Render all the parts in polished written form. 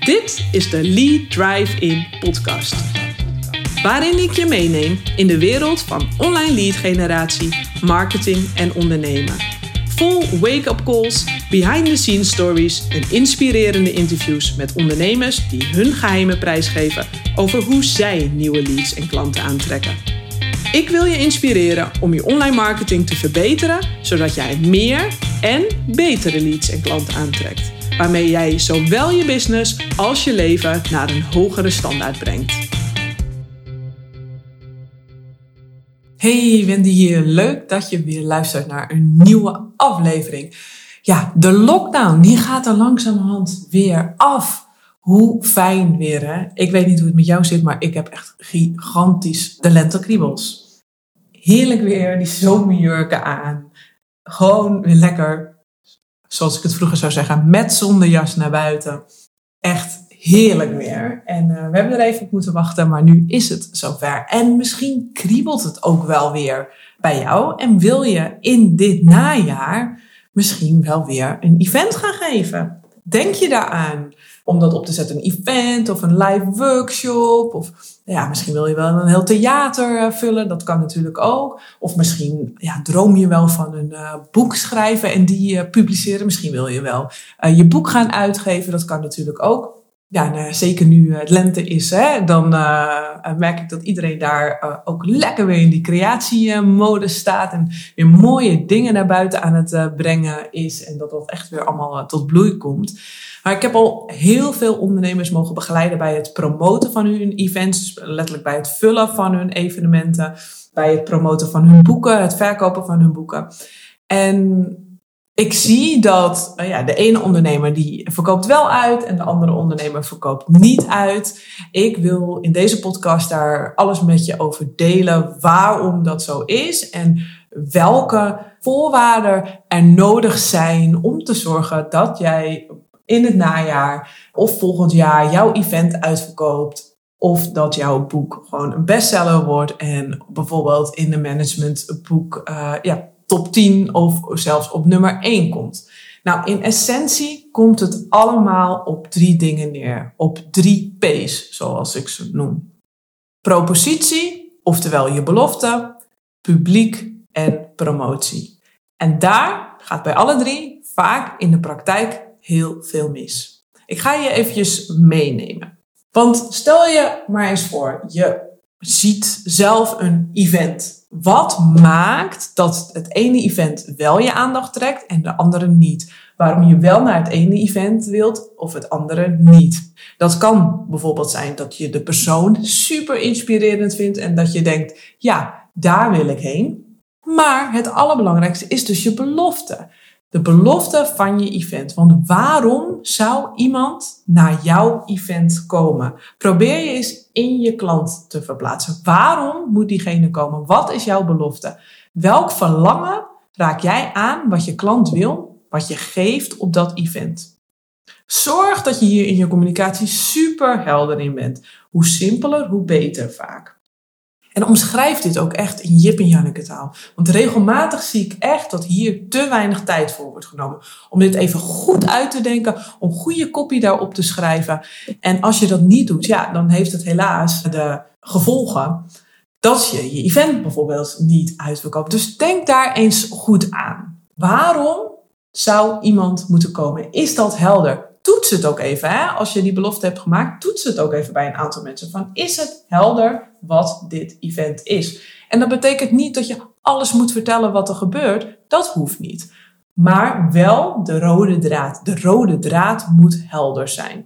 Dit is de Lead Drive-In podcast. Waarin ik je meeneem in de wereld van online lead generatie, marketing en ondernemen. Vol wake-up calls, behind-the-scenes stories en inspirerende interviews met ondernemers die hun geheimen prijsgeven over hoe zij nieuwe leads en klanten aantrekken. Ik wil je inspireren om je online marketing te verbeteren, zodat jij meer en betere leads en klanten aantrekt. Waarmee jij zowel je business als je leven naar een hogere standaard brengt. Hey, Wendy hier. Leuk dat je weer luistert naar een nieuwe aflevering. Ja, de lockdown die gaat er langzamerhand weer af. Hoe fijn weer, hè? Ik weet niet hoe het met jou zit, maar ik heb echt gigantisch de lentekriebels. Heerlijk weer, die zomerjurken aan. Gewoon weer lekker, zoals ik het vroeger zou zeggen, met zonnejas naar buiten. Echt heerlijk weer. En we hebben er even op moeten wachten, maar nu is het zover. En misschien kriebelt het ook wel weer bij jou. En wil je in dit najaar misschien wel weer een event gaan geven? Denk je daaraan om dat op te zetten? Een event of een live workshop? Of ja, misschien wil je wel een heel theater vullen. Dat kan natuurlijk ook. Of misschien droom je wel van een boek schrijven en die publiceren. Misschien wil je wel je boek gaan uitgeven. Dat kan natuurlijk ook. Ja, zeker nu het lente is, hè, dan merk ik dat iedereen daar ook lekker weer in die creatiemodus staat. En weer mooie dingen naar buiten aan het brengen is. En dat dat echt weer allemaal tot bloei komt. Maar ik heb al heel veel ondernemers mogen begeleiden bij het promoten van hun events. Dus letterlijk bij het vullen van hun evenementen. Bij het promoten van hun boeken, het verkopen van hun boeken. En ik zie dat de ene ondernemer die verkoopt wel uit en de andere ondernemer verkoopt niet uit. Ik wil in deze podcast daar alles met je over delen waarom dat zo is en welke voorwaarden er nodig zijn om te zorgen dat jij in het najaar of volgend jaar jouw event uitverkoopt. Of dat jouw boek gewoon een bestseller wordt en bijvoorbeeld in de managementboek top 10 of zelfs op nummer 1 komt. Nou, in essentie komt het allemaal op 3 dingen neer. Op 3 P's, zoals ik ze noem. Propositie, oftewel je belofte, publiek en promotie. En daar gaat bij alle 3 vaak in de praktijk heel veel mis. Ik ga je eventjes meenemen. Want stel je maar eens voor, je ziet zelf een event. Wat maakt dat het ene event wel je aandacht trekt en de andere niet? Waarom je wel naar het ene event wilt of het andere niet? Dat kan bijvoorbeeld zijn dat je de persoon super inspirerend vindt en dat je denkt, ja, daar wil ik heen. Maar het allerbelangrijkste is dus je belofte. De belofte van je event. Want waarom zou iemand naar jouw event komen? Probeer je eens in je klant te verplaatsen. Waarom moet diegene komen? Wat is jouw belofte? Welk verlangen raak jij aan wat je klant wil, wat je geeft op dat event? Zorg dat je hier in je communicatie super helder in bent. Hoe simpeler, hoe beter vaak. En omschrijf dit ook echt in Jip en Janneke taal. Want regelmatig zie ik echt dat hier te weinig tijd voor wordt genomen. Om dit even goed uit te denken. Om goede kopie daarop te schrijven. En als je dat niet doet, dan heeft het helaas de gevolgen dat je je event bijvoorbeeld niet uitverkoopt. Dus denk daar eens goed aan. Waarom zou iemand moeten komen? Is dat helder? Toets het ook even. Hè? Als je die belofte hebt gemaakt, toets het ook even bij een aantal mensen. Van, is het helder wat dit event is? En dat betekent niet dat je alles moet vertellen wat er gebeurt. Dat hoeft niet. Maar wel de rode draad. De rode draad moet helder zijn.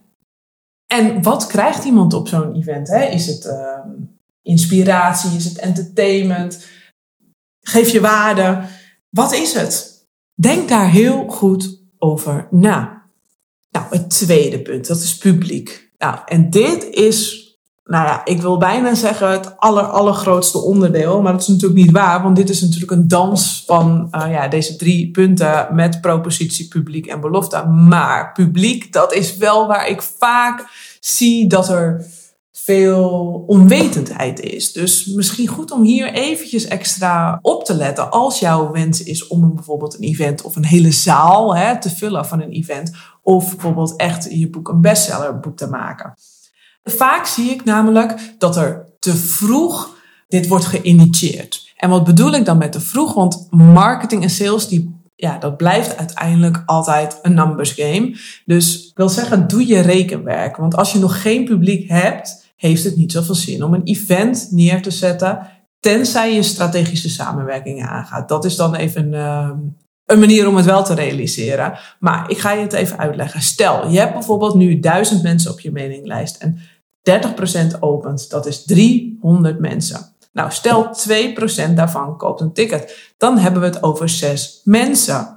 En wat krijgt iemand op zo'n event? Hè? Is het inspiratie? Is het entertainment? Geef je waarde? Wat is het? Denk daar heel goed over na. Nou, het tweede punt, dat is publiek. Nou, en dit is, ik wil bijna zeggen het allergrootste onderdeel. Maar dat is natuurlijk niet waar, want dit is natuurlijk een dans van deze 3 punten met propositie, publiek en belofte. Maar publiek, dat is wel waar ik vaak zie dat er veel onwetendheid is. Dus misschien goed om hier eventjes extra op te letten als jouw wens is om bijvoorbeeld een event of een hele zaal te vullen van een event. Of bijvoorbeeld echt je boek een bestsellerboek te maken. Vaak zie ik namelijk dat er te vroeg dit wordt geïnitieerd. En wat bedoel ik dan met te vroeg? Want marketing en sales, dat blijft uiteindelijk altijd een numbers game. Dus ik wil zeggen, doe je rekenwerk. Want als je nog geen publiek hebt, heeft het niet zoveel zin om een event neer te zetten, tenzij je strategische samenwerkingen aangaat. Dat is dan even een manier om het wel te realiseren. Maar ik ga je het even uitleggen. Stel, je hebt bijvoorbeeld nu 1000 mensen op je mailinglijst en 30% opent. Dat is 300 mensen. Nou, stel 2% daarvan koopt een ticket. Dan hebben we het over 6 mensen.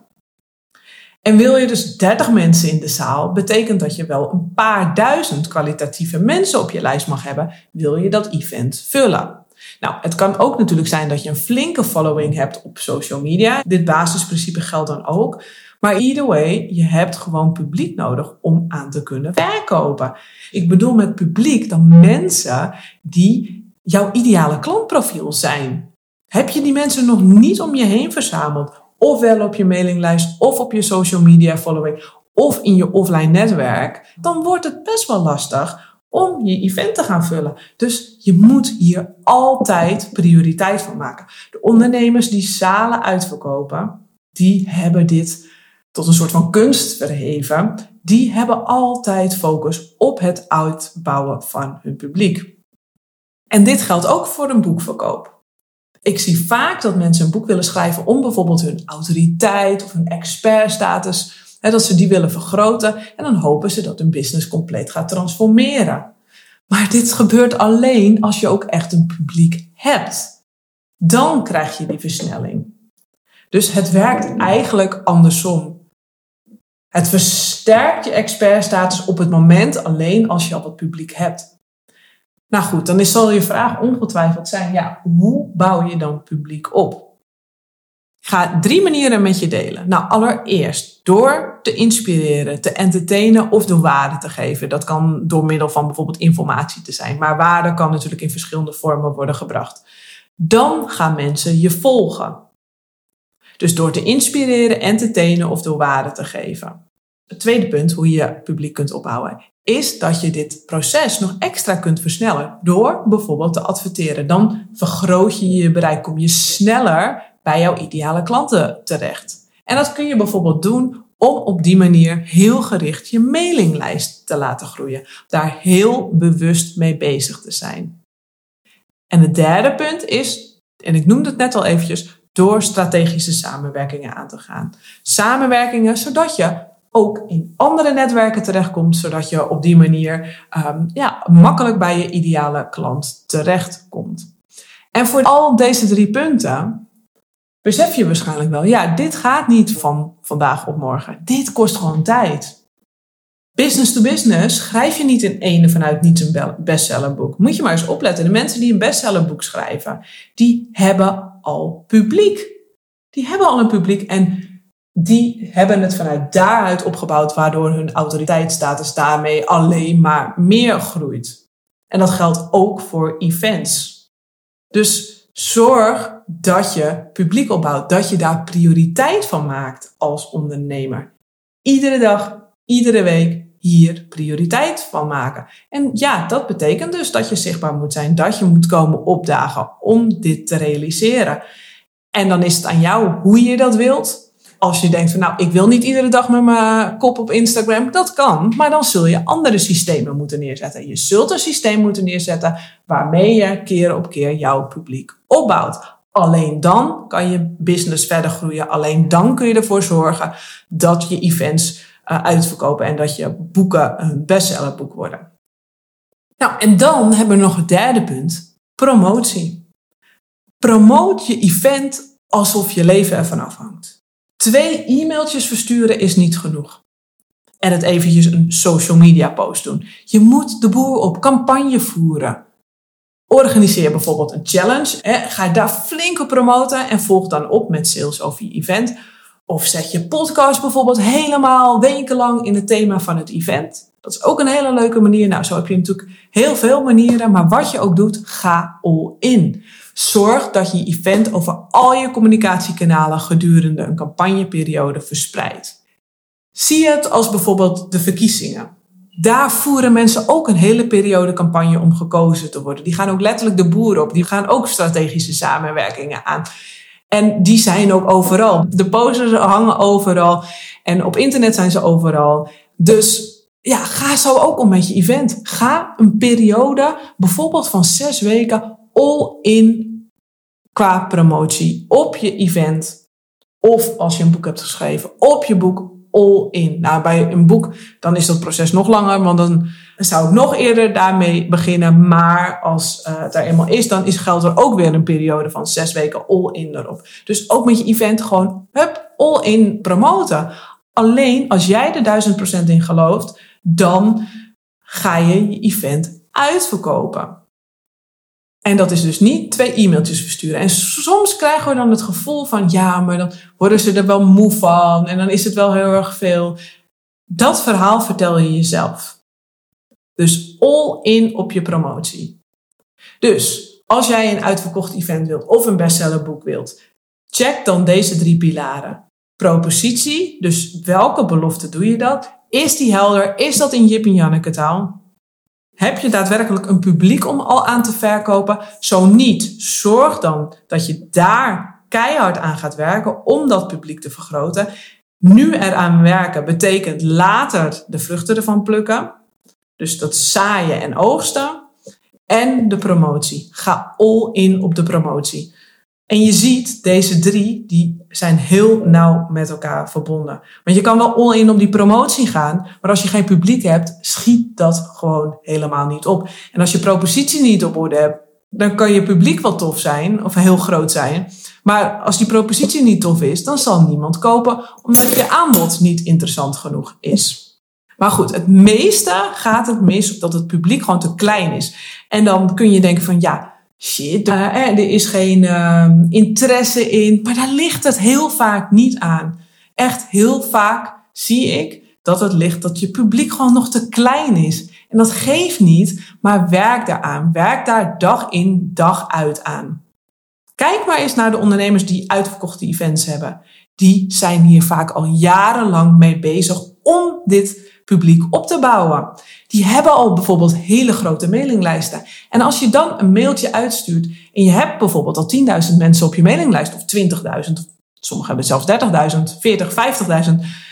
En wil je dus 30 mensen in de zaal, betekent dat je wel een paar duizend kwalitatieve mensen op je lijst mag hebben, wil je dat event vullen. Nou, het kan ook natuurlijk zijn dat je een flinke following hebt op social media. Dit basisprincipe geldt dan ook. Maar either way, je hebt gewoon publiek nodig om aan te kunnen verkopen. Ik bedoel met publiek dan mensen die jouw ideale klantprofiel zijn. Heb je die mensen nog niet om je heen verzameld? Ofwel op je mailinglijst, of op je social media following, of in je offline netwerk, dan wordt het best wel lastig om je event te gaan vullen. Dus je moet hier altijd prioriteit van maken. De ondernemers die zalen uitverkopen, die hebben dit tot een soort van kunst verheven. Die hebben altijd focus op het uitbouwen van hun publiek. En dit geldt ook voor een boekverkoop. Ik zie vaak dat mensen een boek willen schrijven om bijvoorbeeld hun autoriteit of hun expertstatus, dat ze die willen vergroten en dan hopen ze dat hun business compleet gaat transformeren. Maar dit gebeurt alleen als je ook echt een publiek hebt. Dan krijg je die versnelling. Dus het werkt eigenlijk andersom. Het versterkt je expertstatus op het moment alleen als je al wat publiek hebt. Nou goed, dan zal je vraag ongetwijfeld zijn, hoe bouw je dan publiek op? Ik ga 3 manieren met je delen. Nou, allereerst door te inspireren, te entertainen of door waarde te geven. Dat kan door middel van bijvoorbeeld informatie te zijn, maar waarde kan natuurlijk in verschillende vormen worden gebracht. Dan gaan mensen je volgen. Dus door te inspireren, entertainen of door waarde te geven. Het tweede punt, hoe je publiek kunt opbouwen, is dat je dit proces nog extra kunt versnellen door bijvoorbeeld te adverteren. Dan vergroot je je bereik, kom je sneller bij jouw ideale klanten terecht. En dat kun je bijvoorbeeld doen om op die manier heel gericht je mailinglijst te laten groeien. Daar heel bewust mee bezig te zijn. En het derde punt is, en ik noemde het net al eventjes, door strategische samenwerkingen aan te gaan. Samenwerkingen zodat je ook in andere netwerken terechtkomt, zodat je op die manier makkelijk bij je ideale klant terechtkomt. En voor al deze 3 punten besef je waarschijnlijk wel, dit gaat niet van vandaag op morgen. Dit kost gewoon tijd. Business to business schrijf je niet in ene vanuit niets een bestsellerboek. Moet je maar eens opletten. De mensen die een bestsellerboek schrijven, die hebben al publiek. Die hebben al een publiek en die hebben het vanuit daaruit opgebouwd, waardoor hun autoriteitsstatus daarmee alleen maar meer groeit. En dat geldt ook voor events. Dus zorg dat je publiek opbouwt, dat je daar prioriteit van maakt als ondernemer. Iedere dag, iedere week hier prioriteit van maken. En dat betekent dus dat je zichtbaar moet zijn, dat je moet komen opdagen om dit te realiseren. En dan is het aan jou hoe je dat wilt. Als je denkt van ik wil niet iedere dag met mijn kop op Instagram, dat kan. Maar dan zul je andere systemen moeten neerzetten. Je zult een systeem moeten neerzetten waarmee je keer op keer jouw publiek opbouwt. Alleen dan kan je business verder groeien. Alleen dan kun je ervoor zorgen dat je events uitverkopen en dat je boeken een bestsellerboek worden. Nou, en dan hebben we nog het derde punt. Promotie. Promoot je event alsof je leven ervan afhangt. 2 e-mailtjes versturen is niet genoeg. En het eventjes een social media post doen. Je moet de boer op campagne voeren. Organiseer bijvoorbeeld een challenge. Ga daar flink op promoten en volg dan op met sales over je event. Of zet je podcast bijvoorbeeld helemaal wekenlang in het thema van het event. Dat is ook een hele leuke manier. Nou, zo heb je natuurlijk heel veel manieren. Maar wat je ook doet, ga all in. Zorg dat je event over al je communicatiekanalen gedurende een campagneperiode verspreidt. Zie het als bijvoorbeeld de verkiezingen. Daar voeren mensen ook een hele periode campagne om gekozen te worden. Die gaan ook letterlijk de boer op. Die gaan ook strategische samenwerkingen aan. En die zijn ook overal. De posters hangen overal. En op internet zijn ze overal. Dus ja, ga zo ook om met je event. Ga een periode, bijvoorbeeld van 6 weken, all in qua promotie op je event. Of als je een boek hebt geschreven, op je boek all in. Nou, bij een boek, dan is dat proces nog langer, want dan zou ik nog eerder daarmee beginnen. Maar als het er eenmaal is, dan geldt er ook weer een periode van 6 weken all in erop. Dus ook met je event gewoon, all in promoten. Alleen als jij er 1000% in gelooft, dan ga je je event uitverkopen. En dat is dus niet 2 e-mailtjes versturen. En soms krijgen we dan het gevoel van, ja, maar dan worden ze er wel moe van. En dan is het wel heel erg veel. Dat verhaal vertel je jezelf. Dus all in op je promotie. Dus als jij een uitverkocht event wilt of een bestsellerboek wilt, check dan deze 3 pilaren. Propositie, dus welke belofte doe je dat? Is die helder? Is dat in Jip en Janneke taal? Heb je daadwerkelijk een publiek om al aan te verkopen? Zo niet, zorg dan dat je daar keihard aan gaat werken om dat publiek te vergroten. Nu eraan werken betekent later de vruchten ervan plukken. Dus dat zaaien en oogsten. En de promotie. Ga all in op de promotie. En je ziet, deze 3, die zijn heel nauw met elkaar verbonden. Want je kan wel all in op die promotie gaan, maar als je geen publiek hebt, schiet dat gewoon helemaal niet op. En als je propositie niet op orde hebt, dan kan je publiek wel tof zijn, of heel groot zijn. Maar als die propositie niet tof is, dan zal niemand kopen, omdat je aanbod niet interessant genoeg is. Maar goed, het meeste gaat het mis op dat het publiek gewoon te klein is. En dan kun je denken van, ja, shit, er is geen interesse in. Maar daar ligt het heel vaak niet aan. Echt heel vaak zie ik dat het ligt dat je publiek gewoon nog te klein is. En dat geeft niet, maar werk daaraan. Werk daar dag in, dag uit aan. Kijk maar eens naar de ondernemers die uitverkochte events hebben. Die zijn hier vaak al jarenlang mee bezig om dit publiek op te bouwen. Die hebben al bijvoorbeeld hele grote mailinglijsten. En als je dan een mailtje uitstuurt en je hebt bijvoorbeeld al 10.000 mensen op je mailinglijst of 20.000, sommigen hebben zelfs 30.000, 40, 50.000.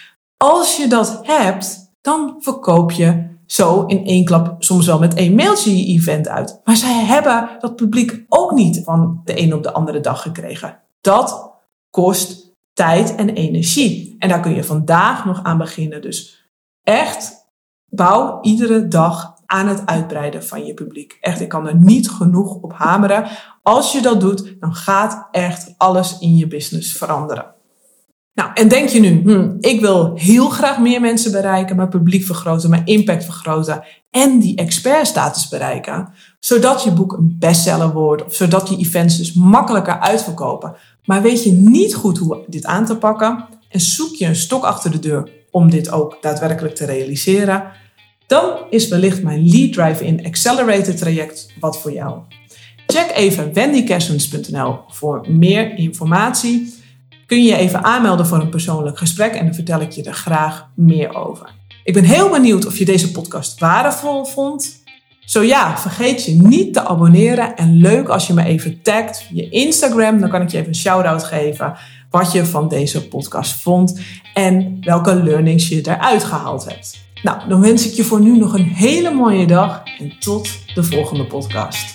Als je dat hebt, dan verkoop je zo in 1 klap soms wel met 1 mailtje je event uit. Maar zij hebben dat publiek ook niet van de een op de andere dag gekregen. Dat kost tijd en energie. En daar kun je vandaag nog aan beginnen. Dus echt, bouw iedere dag aan het uitbreiden van je publiek. Echt, ik kan er niet genoeg op hameren. Als je dat doet, dan gaat echt alles in je business veranderen. Nou, en denk je nu, ik wil heel graag meer mensen bereiken, mijn publiek vergroten, mijn impact vergroten en die expertstatus bereiken, zodat je boek een bestseller wordt of zodat je events dus makkelijker uitverkopen. Maar weet je niet goed hoe dit aan te pakken en zoek je een stok achter de deur om dit ook daadwerkelijk te realiseren, dan is wellicht mijn Lead Drive-In Accelerator traject wat voor jou. Check even wendykersens.nl voor meer informatie. Kun je je even aanmelden voor een persoonlijk gesprek en dan vertel ik je er graag meer over. Ik ben heel benieuwd of je deze podcast waardevol vond. Zo ja, vergeet je niet te abonneren en leuk als je me even tagt via Instagram. Dan kan ik je even een shout-out geven wat je van deze podcast vond en welke learnings je eruit gehaald hebt. Nou, dan wens ik je voor nu nog een hele mooie dag en tot de volgende podcast.